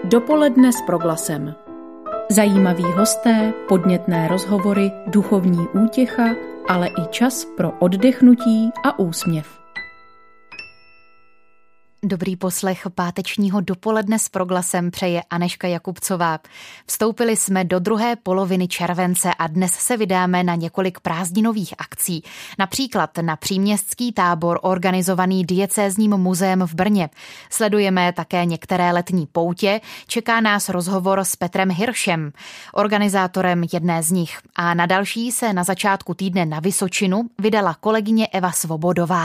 Dopoledne s Proglasem. Zajímaví hosté, podnětné rozhovory, duchovní útěcha, ale i čas pro oddechnutí a úsměv. Dobrý poslech pátečního Dopoledne s Proglasem přeje Anežka Jakubcová. Vstoupili jsme do druhé poloviny července a dnes se vydáme na několik prázdninových akcí. Například na příměstský tábor organizovaný Diecézním muzeem v Brně. Sledujeme také některé letní poutě. Čeká nás rozhovor s Petrem Hiršem, organizátorem jedné z nich. A na další se na začátku týdne na Vysočinu vydala kolegyně Eva Svobodová.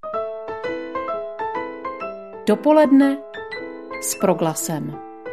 Dopoledne s Proglasem.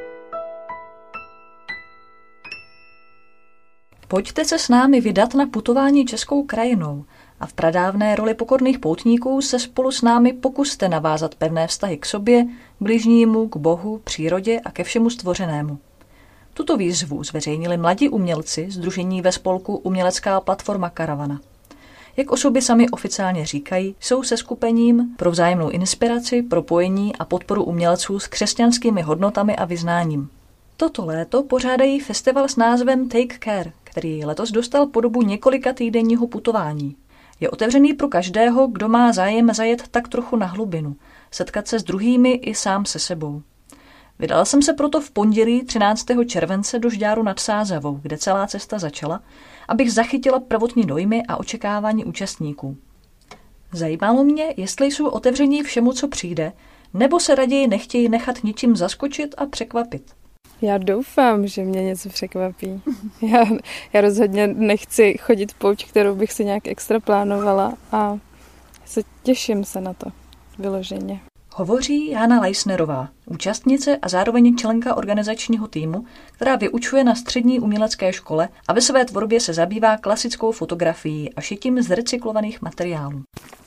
Pojďte se s námi vydat na putování českou krajinou a v pradávné roli pokorných poutníků se spolu s námi pokuste navázat pevné vztahy k sobě, k bližnímu, k Bohu, přírodě a ke všemu stvořenému. Tuto výzvu zveřejnili mladí umělci sdružení ve spolku Umělecká platforma Karavana. Jak o sobě sami oficiálně říkají, jsou seskupením pro vzájemnou inspiraci, propojení a podporu umělců s křesťanskými hodnotami a vyznáním. Toto léto pořádají festival s názvem Take Care, který letos dostal podobu několika týdenního putování. Je otevřený pro každého, kdo má zájem zajet tak trochu na hlubinu, setkat se s druhými i sám se sebou. Vydala jsem se proto v pondělí 13. července do Žďáru nad Sázavou, kde celá cesta začala, abych zachytila prvotní dojmy a očekávání účastníků. Zajímalo mě, jestli jsou otevření všemu, co přijde, nebo se raději nechtějí nechat ničím zaskočit a překvapit. Já doufám, že mě něco překvapí. Já rozhodně nechci chodit pouť, kterou bych si nějak extra plánovala a těším se na to vyloženě. Hovoří Jana Leisnerová, účastnice a zároveň členka organizačního týmu, která vyučuje na střední umělecké škole a ve své tvorbě se zabývá klasickou fotografií a šitím z recyklovaných materiálů.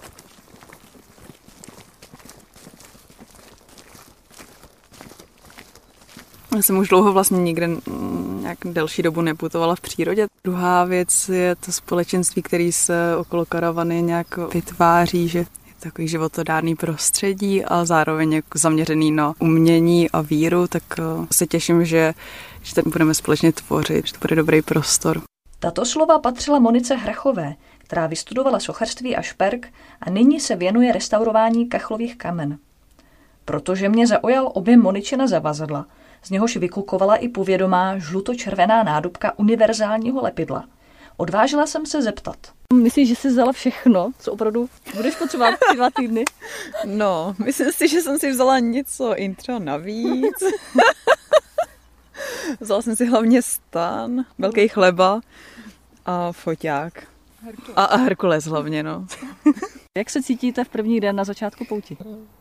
Já jsem už dlouho vlastně nikde nějak delší dobu neputovala v přírodě. Druhá věc je to společenství, které se okolo karavany nějak vytváří, že takový životodárný prostředí a zároveň jako zaměřený na umění a víru, tak se těším, že tady budeme společně tvořit, že to bude dobrý prostor. Tato slova patřila Monice Hrachové, která vystudovala sochařství a šperk a nyní se věnuje restaurování kachlových kamen. Protože mě zaujal objem Moničina zavazadla, z něhož vyklukovala i povědomá žluto-červená nádobka univerzálního lepidla. Odvážila jsem se zeptat. Myslíš, že jsi vzala všechno, co opravdu budeš potřebovat 2 týdny? No, myslím si, že jsem si vzala něco intro navíc. Vzala jsem si hlavně stan, velký chleba a foťák. A Herkules hlavně, no. Jak se cítíte v první den na začátku pouti?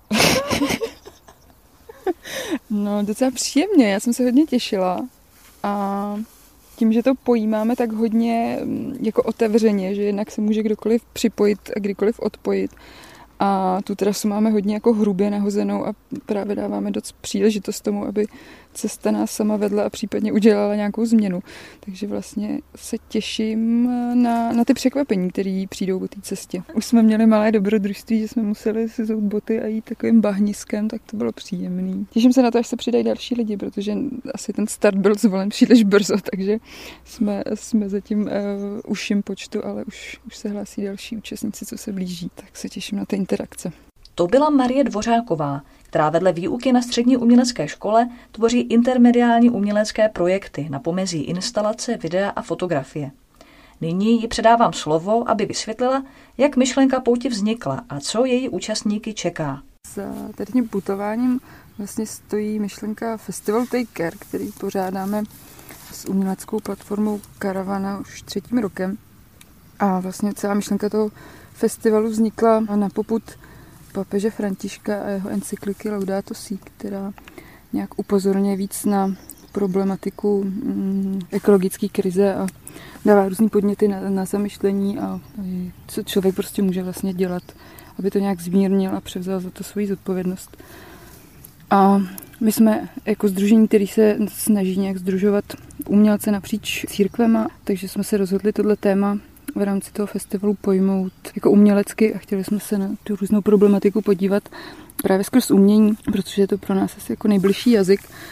No, docela příjemně, já jsem se hodně těšila a tím, že to pojímáme tak hodně jako otevřeně, že jednak se může kdokoliv připojit a kdykoliv odpojit. A tu trasu máme hodně jako hrubě nahozenou a právě dáváme dost příležitost tomu, aby cesta nás sama vedla a případně udělala nějakou změnu. Takže vlastně se těším na ty překvapení, které přijdou po té cestě. Už jsme měli malé dobrodružství, že jsme museli si zout boty a jít takovým bahniskem, tak to bylo příjemný. Těším se na to, až se přidají další lidi, protože asi ten start byl zvolen příliš brzo, takže jsme zatím užším počtu, ale už se hlásí další účastníci, co se blíží, tak se těším na ty interakce. To byla Marie Dvořáková, která vedle výuky na střední umělecké škole tvoří intermediální umělecké projekty na pomezí instalace, videa a fotografie. Nyní jí předávám slovo, aby vysvětlila, jak myšlenka pouti vznikla a co její účastníky čeká. Za tím putováním vlastně stojí myšlenka Festival Take Care, který pořádáme s uměleckou platformou Karavana už 3. rokem. A vlastně celá myšlenka toho festivalu vznikla na popud papeže Františka a jeho encykliky Laudato Si, která nějak upozorňuje víc na problematiku ekologické krize a dává různý podněty na zamyšlení a co člověk prostě může vlastně dělat, aby to nějak zmírnil a převzal za to svoji zodpovědnost. A my jsme jako sdružení, který se snaží nějak sdružovat umělce napříč církvema, takže jsme se rozhodli tohle téma v rámci toho festivalu pojmout jako umělecky a chtěli jsme se na tu různou problematiku podívat právě skrz umění, protože je to pro nás asi jako nejbližší jazyk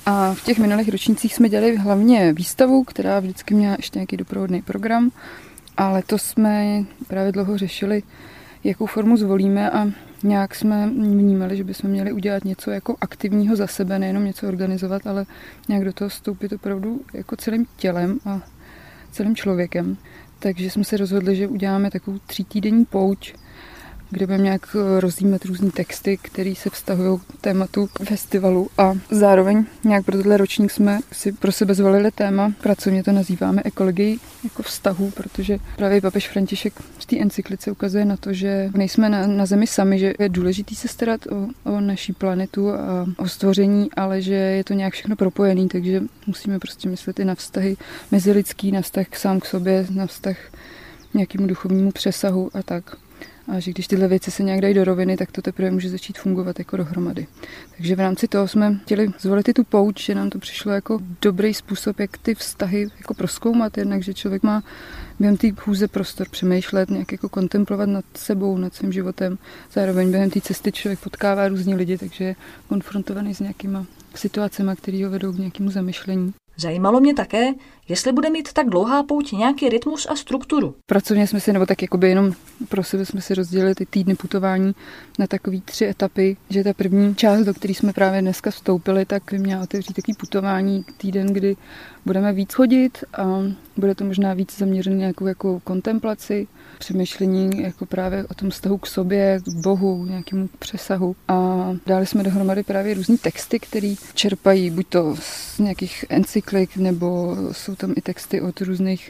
A v těch minulých ročnících jsme dělali hlavně výstavu, která vždycky měla ještě nějaký doprovodný program. A letos jsme právě dlouho řešili, jakou formu zvolíme a nějak jsme vnímali, že bychom měli udělat něco jako aktivního za sebe, nejenom něco organizovat, ale nějak do toho vstoupit opravdu jako celým tělem a celým člověkem. Takže jsme se rozhodli, že uděláme takovou 3týdenní pouť, kde budeme nějak rozjímat různý texty, které se vztahují k tématu festivalu a zároveň nějak pro tenhle ročník jsme si pro sebe zvolili téma, pracovně to nazýváme ekologii jako vztahu, protože právě papež František v té encyklice ukazuje na to, že nejsme na Zemi sami, že je důležitý se starat o naší planetu a o stvoření, ale že je to nějak všechno propojený, takže musíme prostě myslet i na vztahy mezilidský, na vztah sám k sobě, na vztah nějakému duchovnímu přesahu a tak. A že když tyhle věci se nějak dají do roviny, tak to teprve může začít fungovat jako dohromady. Takže v rámci toho jsme chtěli zvolit i tu pouč, že nám to přišlo jako dobrý způsob, jak ty vztahy jako prozkoumat, jednak, že člověk má během té chůze prostor přemýšlet, nějak jako kontemplovat nad sebou, nad svým životem. Zároveň během té cesty člověk potkává různý lidi, takže je konfrontovaný s nějakýma situacemi, které ho vedou k nějakému zamyšlení. Zajímalo mě také, jestli bude mít tak dlouhá pouť nějaký rytmus a strukturu. Pracovně jsme si, nebo tak jakoby jenom pro sebe jsme si rozdělili ty týdny putování na takové 3 etapy, že ta první část, do které jsme právě dneska vstoupili, tak by měla otevřít takový putování týden, kdy budeme víc chodit a bude to možná víc zaměřené nějakou jako kontemplaci, přemýšlení jako právě o tom vztahu k sobě, k Bohu, nějakému přesahu. A dali jsme dohromady právě různý texty, které čerpají buď to z nějakých encyklik, nebo jsou tam i texty od různých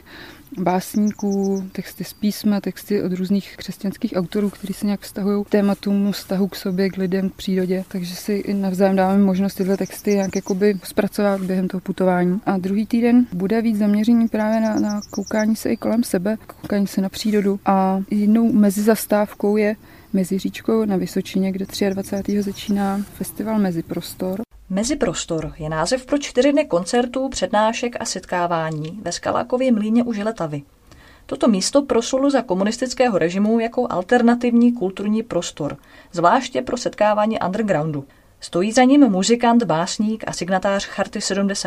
básníků, texty z písma, texty od různých křesťanských autorů, kteří se nějak vztahují k tématům vztahu k sobě, k lidem, k přírodě. Takže si i navzájem dáváme možnost tyhle texty nějak jakoby zpracovat během toho putování. A druhý týden bude víc zaměření právě na koukání se i kolem sebe, koukání se na přírodu. A jednou mezizastávkou je Mezi říčkou na Vysočině, kde 23. začíná festival Meziprostor. Meziprostor je název pro 4 dny koncertů, přednášek a setkávání ve Skalákově mlýně u Žiletavi. Toto místo proslulo za komunistického režimu jako alternativní kulturní prostor, zvláště pro setkávání undergroundu. Stojí za ním muzikant, básník a signatář Charty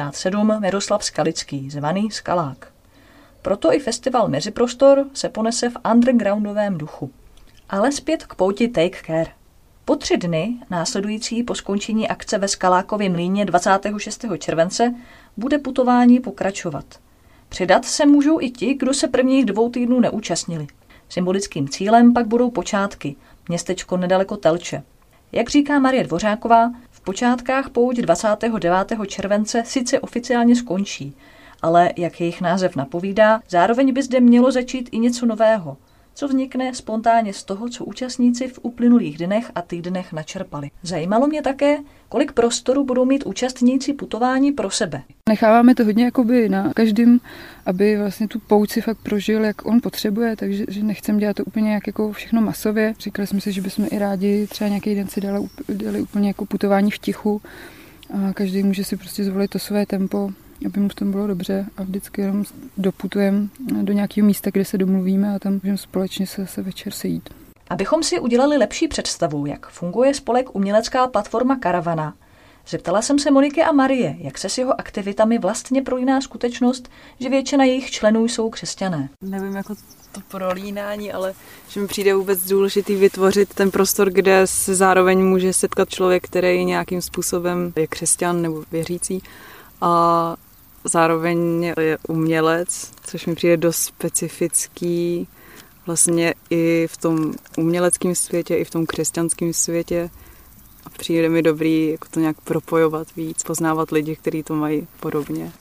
77 Miroslav Skalický, zvaný Skalák. Proto i festival Meziprostor se ponese v undergroundovém duchu. Ale zpět k pouti Take Care. Po 3 dny, následující po skončení akce ve Skalákově mlýně 26. července, bude putování pokračovat. Přidat se můžou i ti, kdo se prvních 2 týdnů neúčastnili. Symbolickým cílem pak budou Počátky, městečko nedaleko Telče. Jak říká Marie Dvořáková, v Počátkách pouť 29. července sice oficiálně skončí, ale, jak jejich název napovídá, zároveň by zde mělo začít i něco nového, co vznikne spontánně z toho, co účastníci v uplynulých dnech a týdnech načerpali. Zajímalo mě také, kolik prostoru budou mít účastníci putování pro sebe. Necháváme to hodně jakoby na každém, aby vlastně tu pouť si fakt prožil, jak on potřebuje, takže že nechcem dělat to úplně jak jako všechno masově. Říkali jsme si, že bychom i rádi třeba nějaký den si dali úplně jako putování v tichu a každý může si prostě zvolit to své tempo, aby mu v tom bylo dobře a vždycky jenom doputujeme do nějakého místa, kde se domluvíme a tam můžeme společně se večer sejít. Abychom si udělali lepší představu, jak funguje spolek Umělecká platforma Karavana, zeptala jsem se Moniky a Marie, jak se s jeho aktivitami vlastně prolíná skutečnost, že většina jejich členů jsou křesťané. Nevím, jako to prolínání, ale že mi přijde vůbec důležitý vytvořit ten prostor, kde se zároveň může setkat člověk, který nějakým způsobem je křesťan nebo věřící a zároveň je umělec, což mi přijde dost specifický vlastně i v tom uměleckém světě, i v tom křesťanském světě. A přijde mi dobrý jako to nějak propojovat víc, poznávat lidi, kteří to mají podobně.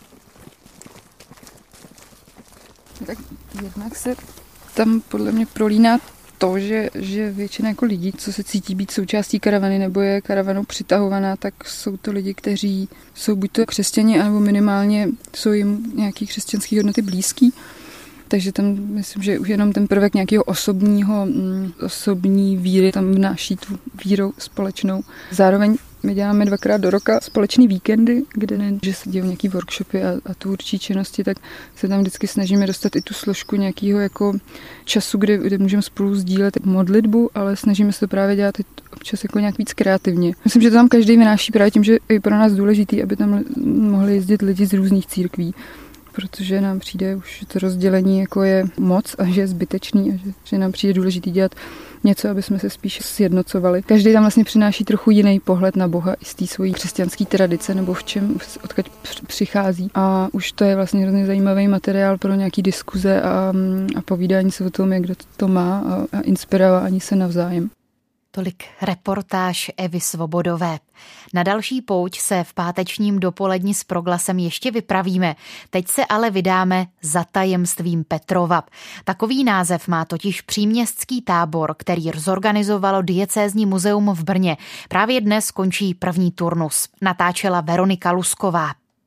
Tak jednak se tam podle mě prolíná to, že většina jako lidí, co se cítí být součástí karavany nebo je karavanou přitahovaná, tak jsou to lidi, kteří jsou buď to křesťani, anebo minimálně jsou jim nějaký křesťanský hodnoty blízký. Takže tam myslím, že už jenom ten prvek nějakého osobní víry tam vnáší tu víru společnou. Zároveň My děláme 2krát do roka společný víkendy, kde ne, že se dějí nějaký workshopy a tvůrčí činnosti, tak se tam vždycky snažíme dostat i tu složku nějakého jako času, kde můžeme spolu sdílet modlitbu, ale snažíme se to právě dělat občas jako nějak víc kreativně. Myslím, že to tam každý vynáší právě tím, že je pro nás důležitý, aby tam mohli jezdit lidi z různých církví, protože nám přijde už to rozdělení jako je moc a že je zbytečný a že nám přijde důležitý dělat něco, aby jsme se spíš sjednocovali. Každý tam vlastně přináší trochu jiný pohled na Boha i z té svojí křesťanské tradice nebo v čem, odkud přichází. A už to je vlastně hrozně zajímavý materiál pro nějaký diskuze a povídání se o tom, jak kdo to má a inspirování se navzájem. Tolik reportáž Evy Svobodové. Na další pouť se v pátečním dopoledni s Proglasem ještě vypravíme. Teď se ale vydáme za tajemstvím Petrova. Takový název má totiž příměstský tábor, který zorganizovalo Diecézní muzeum v Brně. Právě dnes končí první turnus. Natáčela Veronika Lusková.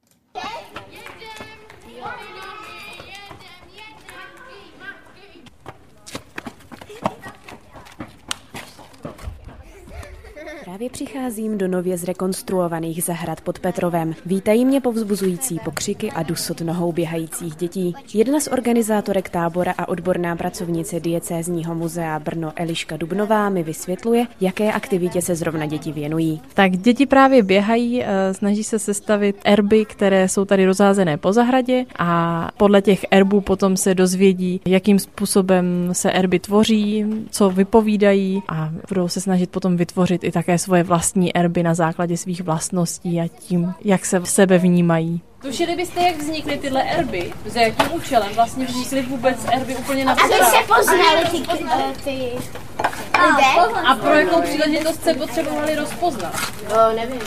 Právě přicházím do nově zrekonstruovaných zahrad pod Petrovem. Vítají mě povzbuzující pokřiky a dusot nohou běhajících dětí. Jedna z organizátorek tábora a odborná pracovnice Diecézního muzea Brno Eliška Dubnová mi vysvětluje, jaké aktivitě se zrovna děti věnují. Tak děti právě běhají, snaží se sestavit erby, které jsou tady rozházené po zahradě a podle těch erbů potom se dozvědí, jakým způsobem se erby tvoří, co vypovídají a budou se snažit potom vytvořit i také svoje vlastní erby na základě svých vlastností a tím, jak se v sebe vnímají. Tušili byste, jak vznikly tyhle erby? Za jakým účelem vlastně vznikly vůbec erby úplně na Aby se poznali ty lidé. A pro jakou příležitost se potřebovali rozpoznat? Nevím.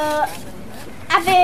Aby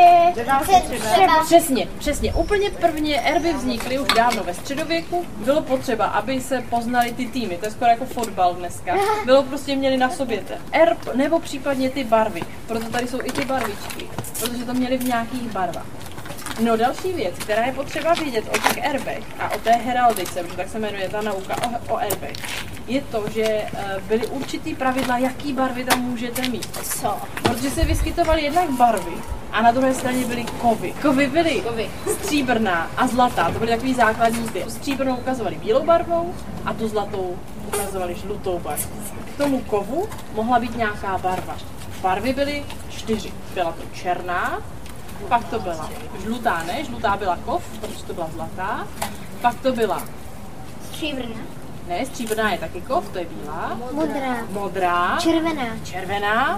se Přesně. Úplně prvně erby vznikly už dávno ve středověku. Bylo potřeba, aby se poznali ty týmy. To je skoro jako fotbal dneska. Bylo prostě měli na sobě ten erb nebo případně ty barvy. Proto tady jsou i ty barvičky. Protože to měli v nějakých barvách. No další věc, která je potřeba vědět o těch erbech a o té heraldice, protože tak se jmenuje ta nauka o erbech, je to, že byly určitý pravidla, jaký barvy tam můžete mít. Co? Protože se vyskytovaly jednak barvy a na druhé straně byly kovy. Kovy byly stříbrná a zlatá, to byly takový základní zde. Stříbrnou ukazovali bílou barvou a tu zlatou ukazovali žlutou barvou. K tomu kovu mohla být nějaká barva. Barvy byly 4. Byla to černá, pak to byla žlutá, ne? Žlutá byla kov, protože to byla zlatá. Pak to byla stříbrná. Ne, stříbrná je taky kov, to je bílá. Modrá. Červená.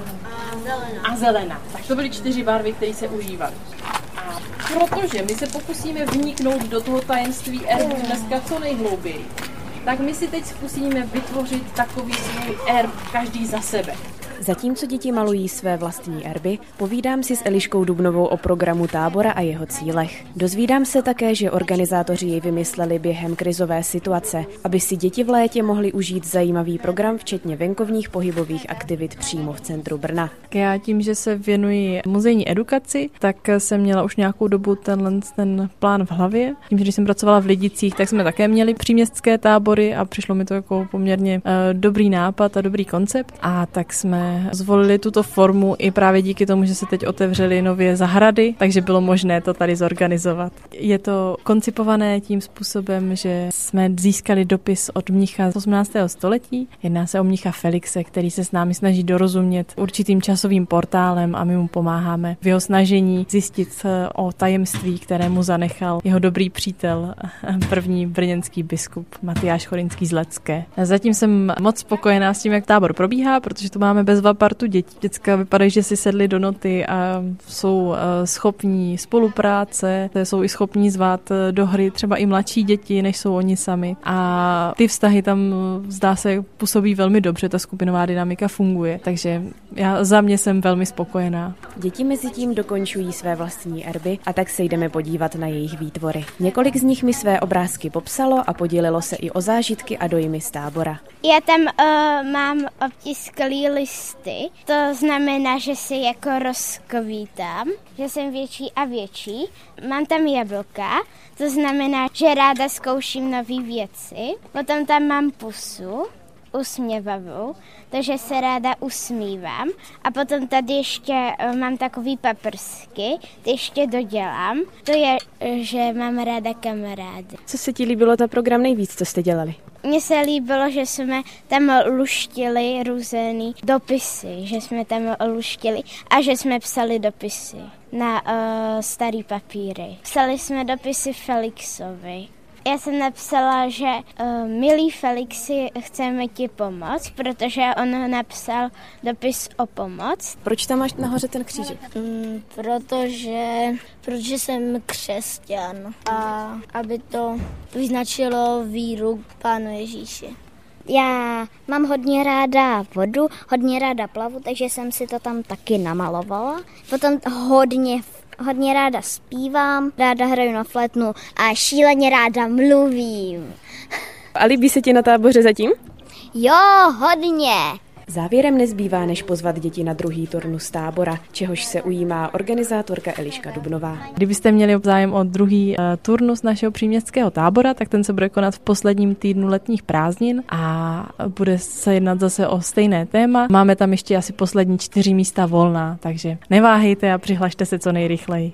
A zelená. Tak to byly 4 barvy, které se užívaly. A protože my se pokusíme vniknout do toho tajemství erbu dneska co nejhlouběji, tak my si teď zkusíme vytvořit takový svůj erb, každý za sebe. Zatímco děti malují své vlastní erby, povídám si s Eliškou Dubnovou o programu tábora a jeho cílech. Dozvídám se také, že organizátoři jej vymysleli během krizové situace, aby si děti v létě mohli užít zajímavý program, včetně venkovních pohybových aktivit přímo v centru Brna. Já tím, že se věnuji muzejní edukaci, tak jsem měla už nějakou dobu ten plán v hlavě. Tím, že když jsem pracovala v Lidicích, tak jsme také měli příměstské tábory a přišlo mi to jako poměrně dobrý nápad a dobrý koncept. A tak jsme zvolili tuto formu i právě díky tomu, že se teď otevřely nově zahrady, takže bylo možné to tady zorganizovat. Je to koncipované tím způsobem, že jsme získali dopis od mnicha z 18. století. Jedná se o mnicha Felixe, který se s námi snaží dorozumět určitým časovým portálem a my mu pomáháme v jeho snažení zjistit o tajemství, které mu zanechal jeho dobrý přítel, první brněnský biskup Matyáš Chorinský z Lecké. Zatím jsem moc spokojená s tím, jak tábor probíhá, protože tu máme bezva partu dětí. Děcka vypadají, že si sedli do noty a jsou schopní spolupráce, jsou i schopní zvát do hry třeba i mladší děti, než jsou oni sami. A ty vztahy tam zdá se působí velmi dobře, ta skupinová dynamika funguje, takže já za mě jsem velmi spokojená. Děti mezi tím dokončují své vlastní erby a tak se jdeme podívat na jejich výtvory. Několik z nich mi své obrázky popsalo a podělilo se i o zážitky a dojmy z tábora. Já tam mám obtisklý listy, to znamená, že si jako rozkvítám, že jsem větší a větší. Mám tam jablka, to znamená, že ráda zkouším nové věci. Potom tam mám pusu, usměvavou, takže se ráda usmívám. A potom tady ještě mám takový paprsky, ty ještě dodělám. To je, že mám ráda kamarády. Co se ti líbilo ta program nejvíc, co jste dělali? Mně se líbilo, že jsme tam luštili různé dopisy, že jsme tam luštili a že jsme psali dopisy na starý papíry. Psali jsme dopisy Felixovi. Já jsem napsala, že milý Felixi, chceme ti pomoct, protože on napsal dopis o pomoc. Proč tam máš nahoře ten křížek? Protože jsem křesťan a aby to vyznačilo víru k Pánu Ježíši. Já mám hodně ráda vodu, hodně ráda plavu, takže jsem si to tam taky namalovala. Potom hodně ráda zpívám, ráda hraju na flétnu a šíleně ráda mluvím. A líbí se ti na táboře zatím? Jo, hodně. Závěrem nezbývá, než pozvat děti na druhý turnus tábora, čehož se ujímá organizátorka Eliška Dubnová. Kdybyste měli zájem o druhý turnus našeho příměstského tábora, tak ten se bude konat v posledním týdnu letních prázdnin a bude se jednat zase o stejné téma. Máme tam ještě asi poslední 4 místa volná, takže neváhejte a přihlašte se co nejrychleji.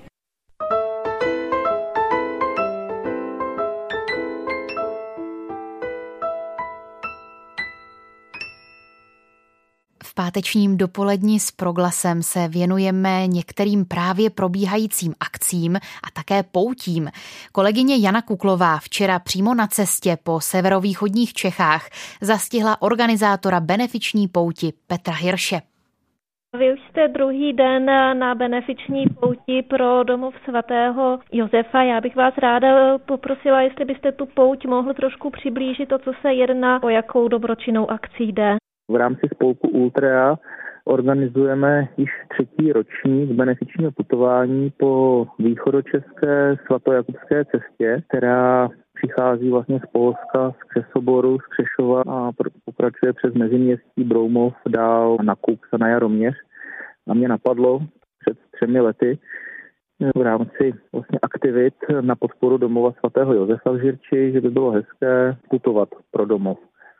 V pátečním dopoledni s Proglasem se věnujeme některým právě probíhajícím akcím a také poutím. Kolegyně Jana Kuklová včera přímo na cestě po severovýchodních Čechách zastihla organizátora benefiční pouti Petra Hirše. Vy už jste druhý den na benefiční pouti pro domov svatého Josefa. Já bych vás ráda poprosila, jestli byste tu pouť mohl trošku přiblížit, to, co se jedná, o jakou dobročinnou akci jde. V rámci spolku Ultrea organizujeme již 3. ročník benefičního putování po východočeské svatojakubské cestě, která přichází vlastně z Polska, z Křesoboru, z Křešova a pokračuje přes Meziměstí, Broumov, dál na Kux a na Jaroměř. A mě napadlo před 3 lety v rámci vlastně aktivit na podporu domova svatého Josefa v Žirči, že by bylo hezké putovat pro domov.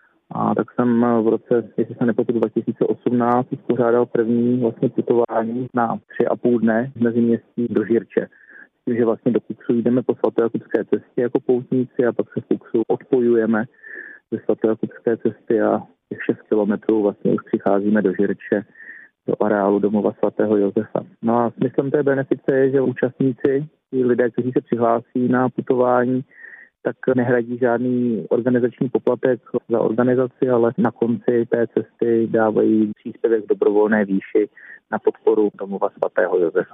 A tak jsem v roce, jestli se nepletu, 2018 uspořádal první vlastně putování na 3,5 dne z Meziměstí do Žirče. Tím, že vlastně do Kuxu jdeme po svatojakubské cestě jako poutníci a pak se v Kuxu odpojujeme ze svatojakubské cesty a těch 6 kilometrů vlastně už přicházíme do Žirče, do areálu domova svatého Josefa. No a smyslem té benefice je, že účastníci, lidé, kteří se přihlásí na putování, tak nehradí žádný organizační poplatek za organizaci, ale na konci té cesty dávají příspěvek v dobrovolné výši na podporu domova svatého Josefa.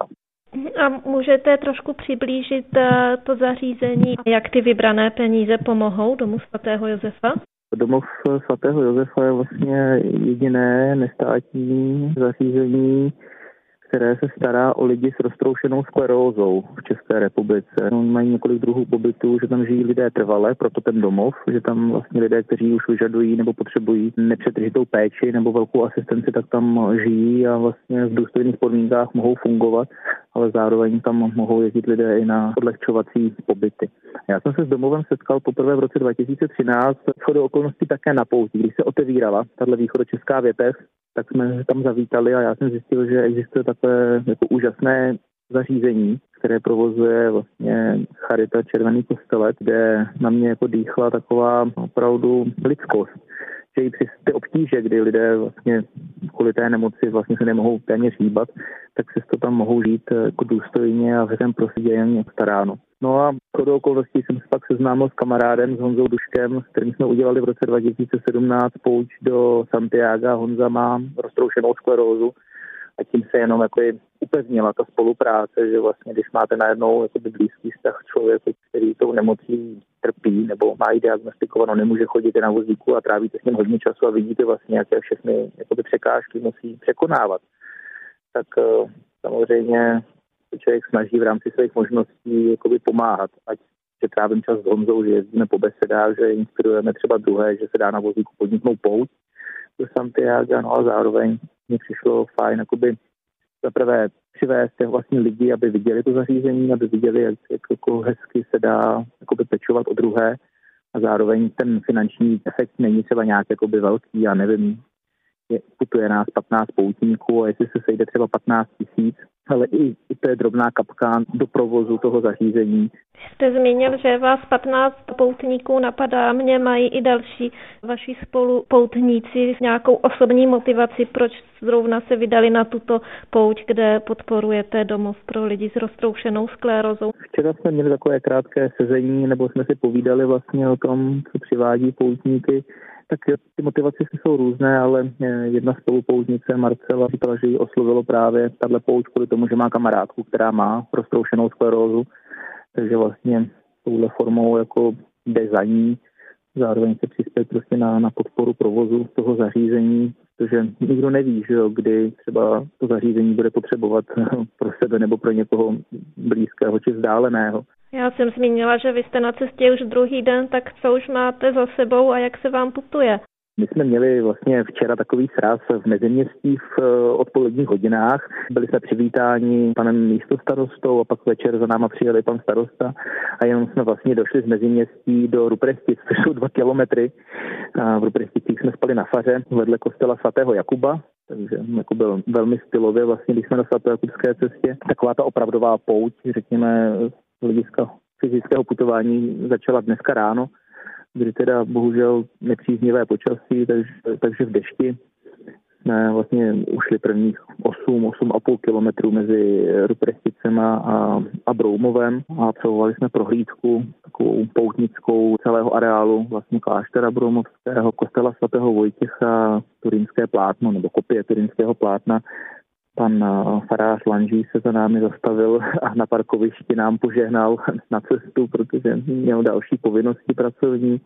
A můžete trošku přiblížit to zařízení, jak ty vybrané peníze pomohou domu svatého Josefa? Domov svatého Josefa je vlastně jediné nestátní zařízení, které se stará o lidi s roztroušenou sklerózou v České republice. Oni mají několik druhů pobytů, že tam žijí lidé trvale, proto ten domov, že tam vlastně lidé, kteří už vyžadují nebo potřebují nepřetržitou péči nebo velkou asistenci, tak tam žijí a vlastně v důstojných podmínkách mohou fungovat, ale zároveň tam mohou jezdit lidé i na odlehčovací pobyty. Já jsem se s domovem setkal poprvé v roce 2013, shodou okolností také na pouti, když se otevírala tato východočeská větev, tak jsme tam zavítali a já jsem zjistil, že existuje takové jako úžasné zařízení, které provozuje vlastně Charita Červený kostelec, kde na mě jako dýchla taková opravdu lidskost. Že i přes ty obtíže, kdy lidé vlastně kvůli té nemoci vlastně se nemohou téměř hýbat, tak se to tam mohou žít jako důstojně a v hezkém prostředí jen staráno. No a shodou okolností jsem se pak seznámil s kamarádem, s Honzou Duškem, s kterým jsme udělali v roce 2017 pouť do Santiaga. Honza má roztroušenou sklerózu a tím se jenom jako upevnila ta spolupráce, že vlastně když máte najednou jakoby blízký vztah člověku, který tou nemocí trpí nebo má ji diagnostikovanou, nemůže chodit na vozíku a trávíte s ním hodně času a vidíte vlastně, jaké všechny jakoby překážky musí překonávat, tak samozřejmě člověk snaží v rámci svých možností jakoby pomáhat, ať že trávím čas s Honzou, že jezdíme po besedách, že inspirujeme třeba druhé, že se dá na vozíku podniknout pouť do Santiaga, no a zároveň mi přišlo fajn jakoby zaprvé přivést vlastně lidi, aby viděli to zařízení, aby viděli, jak jako hezky se dá jakoby pečovat o druhé a zároveň ten finanční efekt není třeba nějak jakoby velký, já nevím, putuje nás 15 poutníků a jestli se sejde třeba 15 000, ale i to je drobná kapka do provozu toho zařízení. Jste zmínil, že vás 15 poutníků napadá, mě mají i další vaši spolupoutníci s nějakou osobní motivaci, proč zrovna se vydali na tuto pouť, kde podporujete domov pro lidi s roztroušenou sklérózou. Včera jsme měli takové krátké sezení, nebo jsme si povídali vlastně o tom, co přivádí poutníky. Tak ty motivace jsou různé, ale jedna spolupoutnice Marcela říkala, že ji oslovilo právě tahle pouť kvůli tomu, že má kamarádku, která má roztroušenou sklerózu, takže vlastně touhle formou jako jde za ní, zároveň se přispět prostě na podporu provozu toho zařízení, protože nikdo neví, že jo, kdy třeba to zařízení bude potřebovat pro sebe nebo pro někoho blízkého či vzdáleného. Já jsem zmínila, že vy jste na cestě už druhý den, tak co už máte za sebou a jak se vám putuje? My jsme měli vlastně včera takový sraz v Meziměstí v odpoledních hodinách. Byli jsme přivítáni panem místostarostou a pak večer za náma přijeli pan starosta a jenom jsme vlastně došli z Meziměstí do Ruprestic, což jsou 2 kilometry. A v Rupresticích jsme spali na faře vedle kostela svatého Jakuba, takže jako byl velmi stylově vlastně, když jsme na svatojakubské cestě. Taková ta opravdová pouť, řekněme, z hlediska fyzického putování začala dneska ráno, kdy teda bohužel nepříznivé počasí, takže v dešti jsme vlastně ušli prvních 8,5 kilometrů mezi Rupresticema a Broumovem a absolvovali jsme prohlídku takovou poutnickou celého areálu vlastně kláštera broumovského, kostela svatého Vojtěcha, Turínské plátno nebo kopie Turínského plátna. Pan farář Lanží se za námi zastavil a na parkovišti nám požehnal na cestu, protože měl další povinnosti pracovní.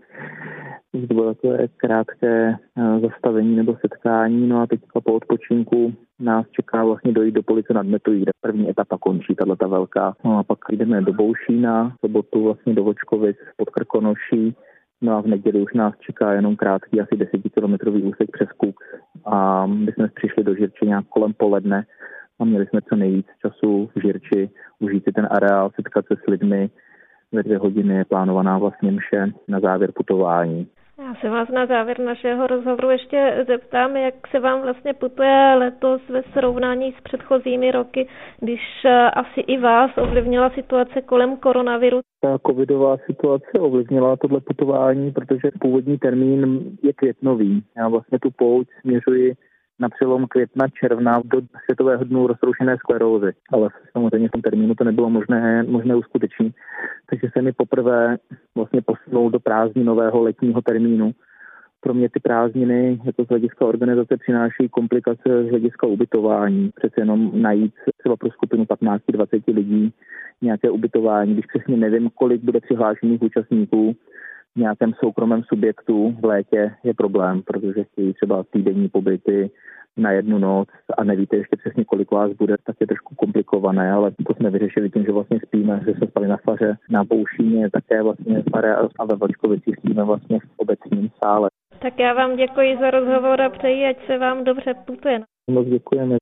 To bylo takové krátké zastavení nebo setkání. No a teďka po odpočinku nás čeká vlastně dojít do Police nad Metují, kde první etapa končí, tato velká. No a pak jdeme do Boušína, v sobotu vlastně do Vočkovic pod Krkonoší. No a v neděli už nás čeká jenom krátký, asi 10kilometrový úsek přes Kuk. A my jsme přišli do Žirče nějak kolem poledne a měli jsme co nejvíc času v Žirči, užít si ten areál, setkat se s lidmi. Ve 2 hodiny je plánovaná vlastně mše na závěr putování. Já se vás na závěr našeho rozhovoru ještě zeptám, jak se vám vlastně putuje letos ve srovnání s předchozími roky, když asi i vás ovlivnila situace kolem koronaviru. Ta covidová situace ovlivnila tohle putování, protože původní termín je květnový. Já vlastně tu pouť směřuji na přelom května, června do Světového dnu roztroušené sklerózy. Ale samozřejmě v tom termínu to nebylo možné uskutečnit. Takže se mi poprvé vlastně posunul do prázdninového letního termínu. Pro mě ty prázdniny jako z hlediska organizace přináší komplikace z hlediska ubytování. Přece jenom najít třeba pro skupinu 15-20 lidí nějaké ubytování, když přesně nevím, kolik bude přihlášených účastníků v nějakém soukromém subjektu v létě, je problém, protože chtějí třeba týdenní pobyty na 1 noc a nevíte ještě přesně, kolik vás bude, tak je trošku komplikované, ale to jsme vyřešili tím, že vlastně spíme, že jsme spali na faře, na Boušíně, také vlastně a ve Vočkovicích spíme vlastně v obecním sále. Tak já vám děkuji za rozhovor a přeji, ať se vám dobře putuje. Moc děkujeme.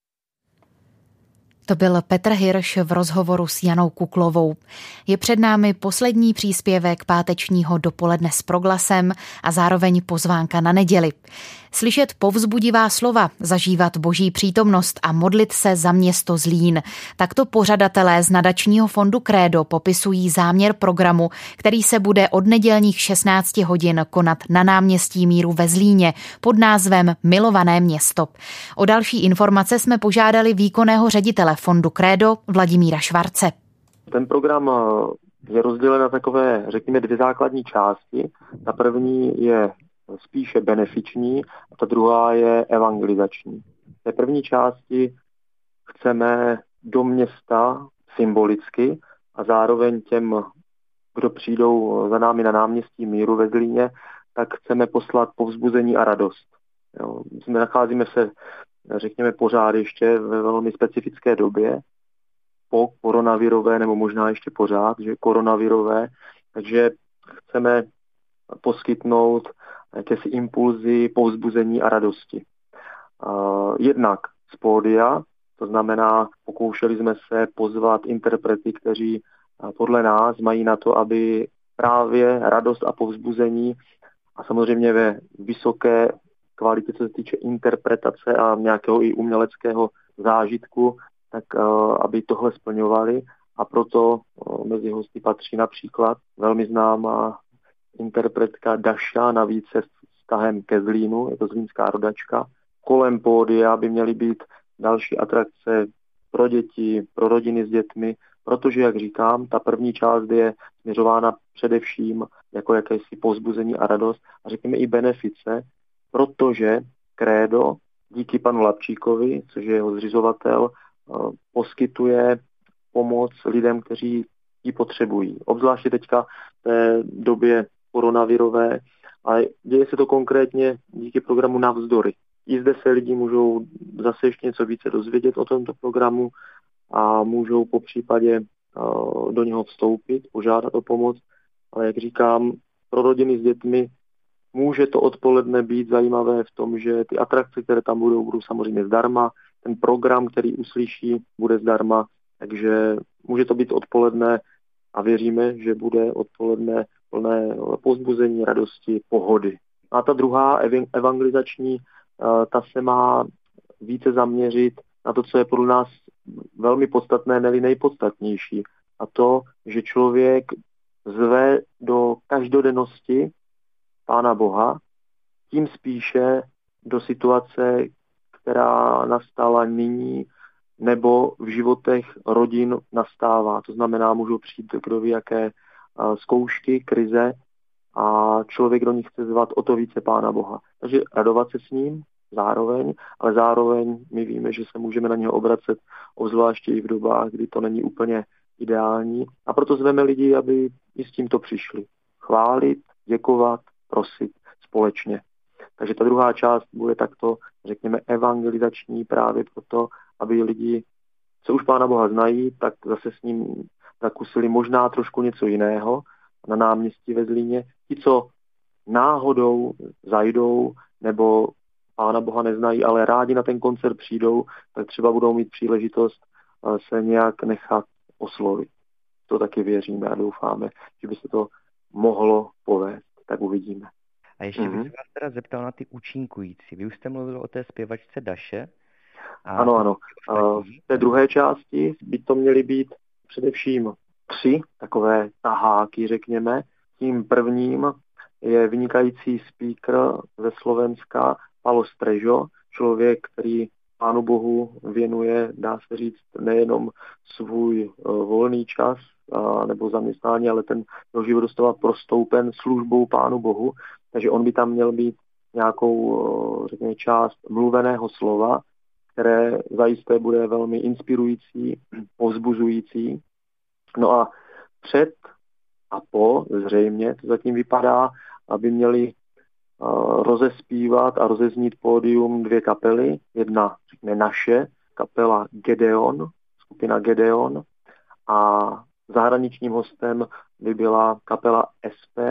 To byl Petr Hirš v rozhovoru s Janou Kuklovou. Je před námi poslední příspěvek pátečního dopoledne s Proglasem a zároveň pozvánka na neděli. Slyšet povzbudivá slova, zažívat boží přítomnost a modlit se za město Zlín. Takto pořadatelé z nadačního fondu Credo popisují záměr programu, který se bude od nedělních 16 hodin konat na náměstí Míru ve Zlíně pod názvem Milované město. O další informace jsme požádali výkonného ředitele fondu Credo Vladimíra Švarce. Ten program je rozdělen na takové, řekněme, 2 základní části. Ta první je spíše benefiční a ta druhá je evangelizační. V té první části chceme do města symbolicky a zároveň těm, kdo přijdou za námi na náměstí Míru ve Zlíně, tak chceme poslat povzbuzení a radost. Jo, nacházíme se, řekněme, pořád ještě ve velmi specifické době, po koronavirové, nebo možná ještě pořád, že koronavirové, takže chceme poskytnout jakési impulzy, povzbuzení a radosti. Jednak z pódia, to znamená, pokoušeli jsme se pozvat interprety, kteří podle nás mají na to, aby právě radost a povzbuzení a samozřejmě ve vysoké kvalitě, co se týče interpretace a nějakého i uměleckého zážitku, tak aby tohle splňovali. A proto mezi hosty patří například velmi známá interpretka Daša, navíc se vztahem ke Zlínu, je to zlínská rodačka. Kolem pódia by měly být další atrakce pro děti, pro rodiny s dětmi, protože, jak říkám, ta první část je směřována především jako jakési povzbuzení a radost a řekněme i benefice, protože Krédo díky panu Lapčíkovi, což je jeho zřizovatel, poskytuje pomoc lidem, kteří ji potřebují. Obzvláště teďka v té době koronavirové, ale děje se to konkrétně díky programu Navzdory. I zde se lidi můžou zase ještě něco více dozvědět o tomto programu a můžou po případě do něho vstoupit, požádat o pomoc. Ale jak říkám, pro rodiny s dětmi může to odpoledne být zajímavé v tom, že ty atrakce, které tam budou samozřejmě zdarma, ten program, který uslyší, bude zdarma, takže může to být odpoledne a věříme, že bude odpoledne plné povzbuzení, radosti, pohody. A ta druhá evangelizační, ta se má více zaměřit na to, co je pro nás velmi podstatné, ne nejpodstatnější. A to, že člověk zve do každodennosti Pána Boha, tím spíše do situace, která nastala nyní, nebo v životech rodin nastává. To znamená, můžou přijít kdo ví jaké zkoušky, krize a člověk do nich chce zvat o to více Pána Boha. Takže radovat se s ním zároveň, ale zároveň my víme, že se můžeme na něho obracet, obzvláště i v dobách, kdy to není úplně ideální. A proto zveme lidi, aby i s tímto přišli. Chválit, děkovat, prosit společně. Takže ta druhá část bude takto, řekněme, evangelizační právě proto, aby lidi, co už Pána Boha znají, tak zase s ním zakusili možná trošku něco jiného na náměstí ve Zlíně. Ti, co náhodou zajdou nebo Pána Boha neznají, ale rádi na ten koncert přijdou, tak třeba budou mít příležitost se nějak nechat oslovit. To taky věříme a doufáme, že by se to mohlo povést. Tak uvidíme. A ještě bych se vás teda zeptal na ty účinkující. Vy už jste mluvil o té zpěvačce Daše. Ano. V té druhé části by to měly být především 3 takové taháky, řekněme. Tím prvním je vynikající speaker ze Slovenska Palo Strežo, člověk, který Pánu Bohu věnuje, dá se říct, nejenom svůj volný čas nebo zaměstnání, ale ten jeho život dostává prostoupen službou Pánu Bohu, takže on by tam měl být nějakou, řekněme, část mluveného slova, které zajisté bude velmi inspirující, povzbuzující. No a před a po, zřejmě, to zatím vypadá, aby měli rozespívat a rozeznít pódium 2 kapely. Jedna, řekněme, naše, kapela Gedeon, skupina Gedeon, a zahraničním hostem by byla kapela SP,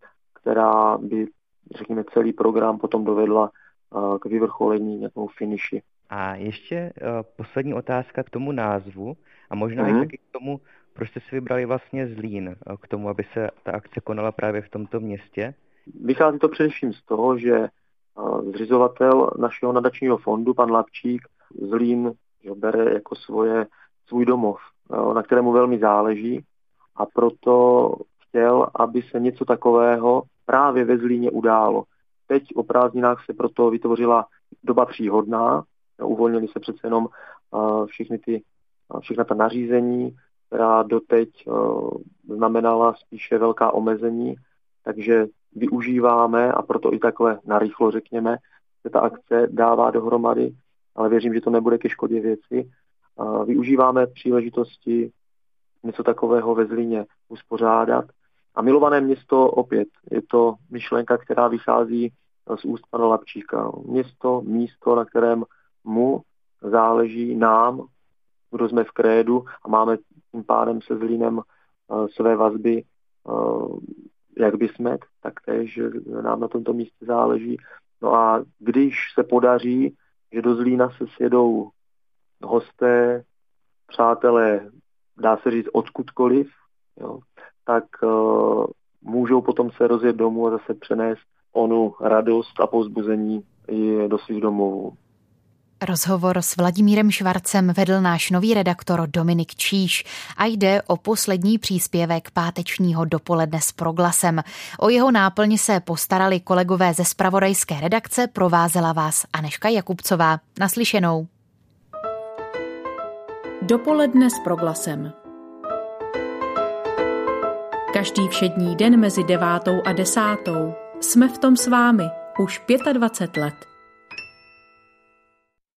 která by, řekněme, celý program potom dovedla k vyvrcholení, nějakou finiši. A ještě poslední otázka k tomu názvu a možná i taky k tomu, proč jste si vybrali vlastně Zlín, k tomu, aby se ta akce konala právě v tomto městě. Vychází to především z toho, že zřizovatel našeho nadačního fondu, pan Lapčík, Zlín bere jako svůj domov, na kterému velmi záleží, a proto chtěl, aby se něco takového právě ve Zlíně událo. Teď o prázdninách se proto vytvořila doba příhodná, uvolnili se přece jenom všechna ta nařízení, která doteď znamenala spíše velká omezení, takže využíváme, a proto i takhle narychlo řekněme, že ta akce dává dohromady, ale věřím, že to nebude ke škodě věci. Využíváme příležitosti něco takového ve Zlíně uspořádat. A milované město opět, je to myšlenka, která vychází z úst pana Lapčíka. Místo, na kterém mu záleží nám, kdo jsme v Krédu a máme tím pádem se Zlínem své vazby, jak by jsme, tak též nám na tomto místě záleží. No a když se podaří, že do Zlína se sjedou hosté, přátelé, dá se říct odkudkoliv, jo, tak můžou potom se rozjet domů a zase přenést onu radost a povzbuzení i do svých domovů. Rozhovor s Vladimírem Švarcem vedl náš nový redaktor Dominik Číš a jde o poslední příspěvek pátečního dopoledne s Proglasem. O jeho náplň se postarali kolegové ze zpravodajské redakce, provázela vás Anežka Jakubcová. Naslyšenou. Dopoledne s Proglasem. Každý všední den mezi 9. a 10. jsme v tom s vámi už 25 let.